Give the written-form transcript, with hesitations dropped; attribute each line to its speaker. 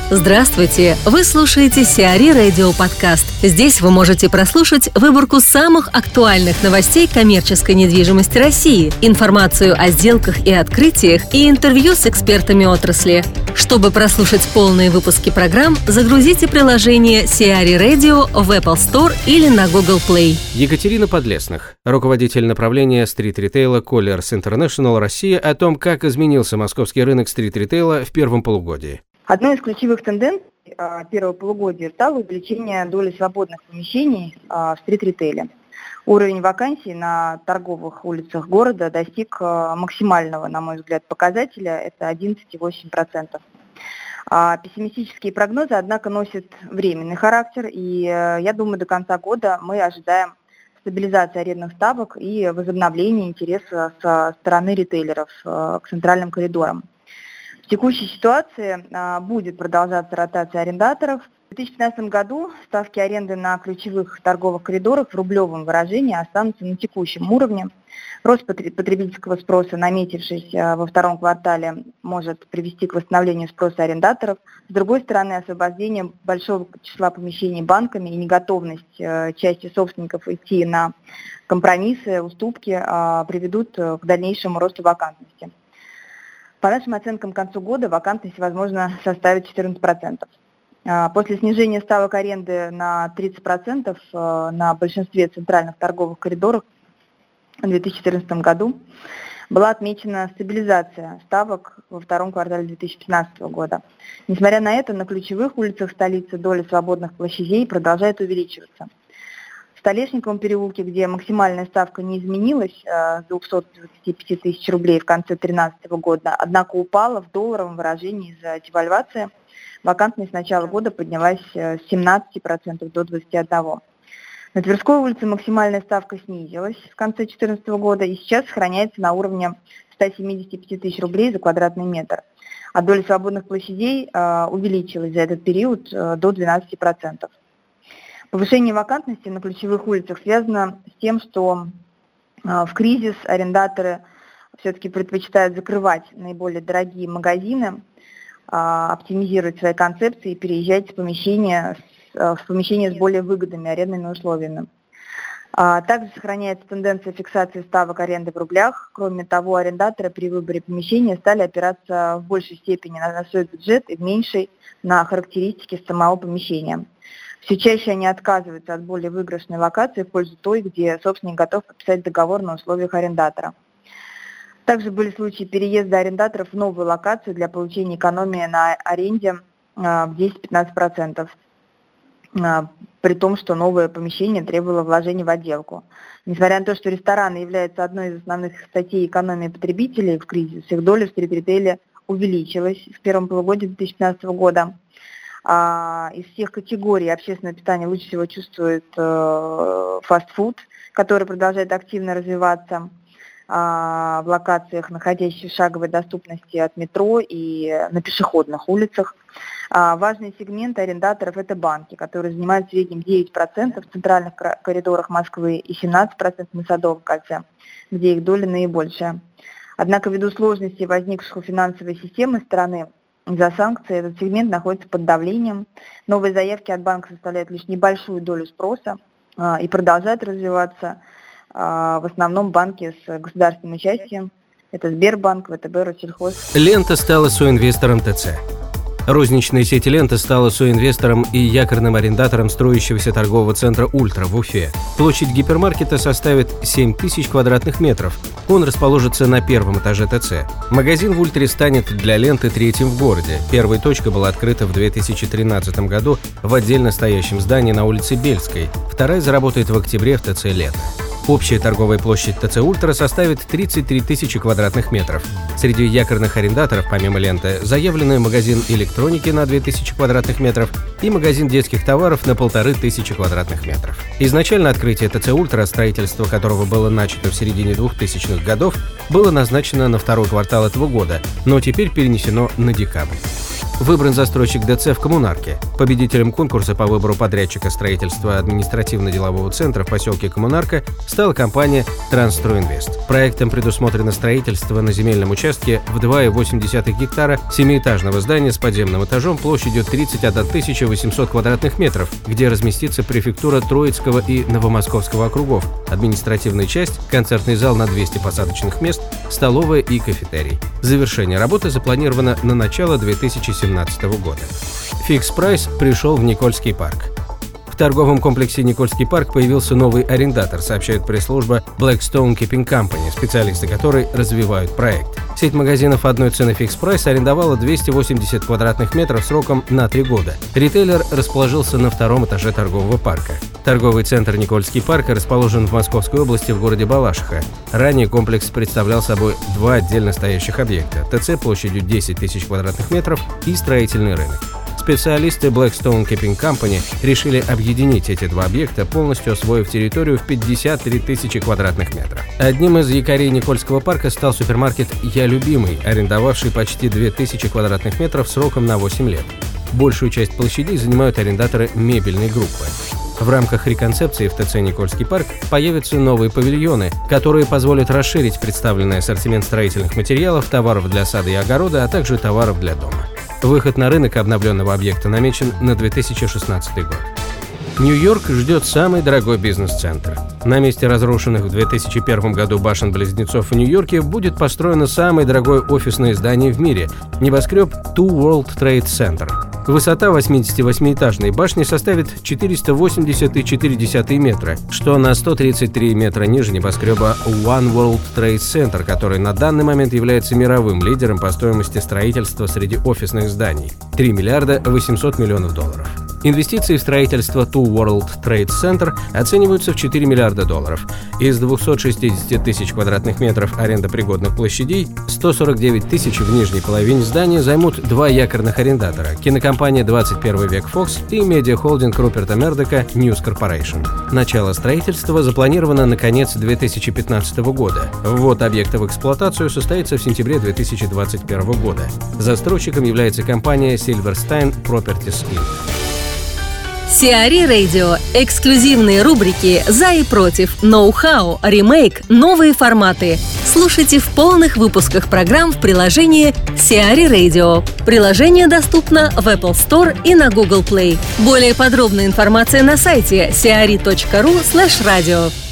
Speaker 1: Здравствуйте! Вы слушаете Сиари Радио Подкаст. Здесь вы можете прослушать выборку самых актуальных новостей коммерческой недвижимости России, информацию о сделках и открытиях и интервью с экспертами отрасли. Чтобы прослушать полные выпуски программ, загрузите приложение Сиари Radio в Apple Store или на Google Play.
Speaker 2: Екатерина Подлесных, руководитель направления стрит-ритейла Colliers International Россия, о том, как изменился московский рынок стрит-ритейла в первом полугодии.
Speaker 3: Одной из ключевых тенденций первого полугодия стало увеличение доли свободных помещений в стрит-ритейле. Уровень вакансий на торговых улицах города достиг максимального, на мой взгляд, показателя – это 11,8%. Пессимистические прогнозы, однако, носят временный характер, и я думаю, до конца года мы ожидаем стабилизации арендных ставок и возобновления интереса со стороны ритейлеров к центральным коридорам. В текущей ситуации будет продолжаться ротация арендаторов. В 2015 году ставки аренды на ключевых торговых коридорах в рублевом выражении останутся на текущем уровне. Рост потребительского спроса, наметившийся во втором квартале, может привести к восстановлению спроса арендаторов. С другой стороны, освобождение большого числа помещений банками и неготовность части собственников идти на компромиссы, уступки приведут к дальнейшему росту вакантности. По нашим оценкам, к концу года вакантность, возможно, составит 14%. После снижения ставок аренды на 30% на большинстве центральных торговых коридоров в 2014 году была отмечена стабилизация ставок во втором квартале 2015 года. Несмотря на это, на ключевых улицах столицы доля свободных площадей продолжает увеличиваться. В Столешниковом переулке, где максимальная ставка не изменилась с 225 тысяч рублей в конце 2013 года, однако упала в долларовом выражении из-за девальвации, вакантность с начала года поднялась с 17% до 21%. На Тверской улице максимальная ставка снизилась в конце 2014 года и сейчас сохраняется на уровне 175 тысяч рублей за квадратный метр. А доля свободных площадей увеличилась за этот период до 12%. Повышение вакантности на ключевых улицах связано с тем, что в кризис арендаторы все-таки предпочитают закрывать наиболее дорогие магазины, оптимизировать свои концепции и переезжать в помещения с более выгодными арендными условиями. Также сохраняется тенденция фиксации ставок аренды в рублях. Кроме того, арендаторы при выборе помещения стали опираться в большей степени на свой бюджет и в меньшей на характеристики самого помещения. Все чаще они отказываются от более выигрышной локации в пользу той, где собственник готов подписать договор на условиях арендатора. Также были случаи переезда арендаторов в новую локацию для получения экономии на аренде в 10-15%, при том, что новое помещение требовало вложений в отделку. Несмотря на то, что рестораны являются одной из основных статей экономии потребителей в кризис, их доля в стрит-ритейле увеличилась в первом полугодии 2015 года. Из всех категорий общественного питания лучше всего чувствует фастфуд, который продолжает активно развиваться в локациях, находящихся в шаговой доступности от метро и на пешеходных улицах. Важный сегмент арендаторов – это банки, которые занимают в среднем 9% в центральных коридорах Москвы и 17% на Садовом кольце, где их доля наибольшая. Однако ввиду сложностей, возникших у финансовой системы страны, из-за санкций этот сегмент находится под давлением. Новые заявки от банка составляют лишь небольшую долю спроса и продолжают развиваться в основном банки с государственным участием. Это Сбербанк, ВТБ, Россельхоз.
Speaker 2: Лента стала соинвестором ТЦ. Розничная сеть «Лента» стала соинвестором и якорным арендатором строящегося торгового центра «Ультра» в Уфе. Площадь гипермаркета составит 7 тысяч квадратных метров. Он расположится на первом этаже ТЦ. Магазин в «Ультре» станет для «Ленты» третьим в городе. Первая точка была открыта в 2013 году в отдельно стоящем здании на улице Бельской. Вторая заработает в октябре в ТЦ «Лето». Общая торговая площадь ТЦ «Ультра» составит 33 тысячи квадратных метров. Среди якорных арендаторов, помимо «Ленты», заявлены магазин электроники на 2000 квадратных метров и магазин детских товаров на 1500 квадратных метров. Изначально открытие ТЦ «Ультра», строительство которого было начато в середине 2000-х годов, было назначено на второй квартал этого года, но теперь перенесено на декабрь. выбран застройщик ДЦ в Коммунарке. Победителем конкурса по выбору подрядчика строительства административно-делового центра в поселке Коммунарка стала компания «Трансстройинвест». Проектом предусмотрено строительство на земельном участке в 2,8 гектара семиэтажного здания с подземным этажом площадью 31 800 квадратных метров, где разместится префектура Троицкого и Новомосковского округов, административная часть, концертный зал на 200 посадочных мест, столовая и кафетерий. Завершение работы запланировано на начало 2017 года. Фикс-прайс пришел в Никольский парк. В торговом комплексе Никольский парк появился новый арендатор, сообщает пресс-служба Blackstone Keeping Company, специалисты которой развивают проект. Сеть магазинов одной цены фикс-прайс арендовала 280 квадратных метров сроком на 3 года. Ритейлер расположился на 2-м этаже торгового парка. Торговый центр Никольский парк расположен в Московской области в городе Балашиха. Ранее комплекс представлял собой 2 отдельно стоящих объекта – ТЦ площадью 10 тысяч квадратных метров и строительный рынок. Специалисты Blackstone Keeping Company решили объединить эти 2 объекта, полностью освоив территорию в 53 тысячи квадратных метров. Одним из якорей Никольского парка стал супермаркет «Я любимый», арендовавший почти 2000 квадратных метров сроком на 8 лет. Большую часть площадей занимают арендаторы мебельной группы. В рамках реконцепции в ТЦ «Никольский парк» появятся новые павильоны, которые позволят расширить представленный ассортимент строительных материалов, товаров для сада и огорода, а также товаров для дома. Выход на рынок обновленного объекта намечен на 2016 год. Нью-Йорк ждет самый дорогой бизнес-центр. На месте разрушенных в 2001 году башен-близнецов в Нью-Йорке будет построено самое дорогое офисное здание в мире – небоскреб Two World Trade Center. Высота 88-этажной башни составит 480,4 метра, что на 133 метра ниже небоскреба One World Trade Center, который на данный момент является мировым лидером по стоимости строительства среди офисных зданий – 3 миллиарда 800 миллионов долларов. Инвестиции в строительство Two World Trade Center оцениваются в 4 миллиарда долларов. Из 260 тысяч квадратных метров арендопригодных площадей 149 тысяч в нижней половине здания займут 2 якорных арендатора – кинокомпания «21 век Fox» и медиахолдинг Руперта Мердока News Corporation. Начало строительства запланировано на конец 2015 года. Ввод объекта в эксплуатацию состоится в сентябре 2021 года. Застройщиком является компания Silverstein Properties Inc.
Speaker 1: Сиари Радио. Эксклюзивные рубрики «За и против», «Ноу-хау», «Ремейк», «Новые форматы». Слушайте в полных выпусках программ в приложении Сиари Radio. Приложение доступно в Apple Store и на Google Play. Более подробная информация на сайте siari.ru/radio.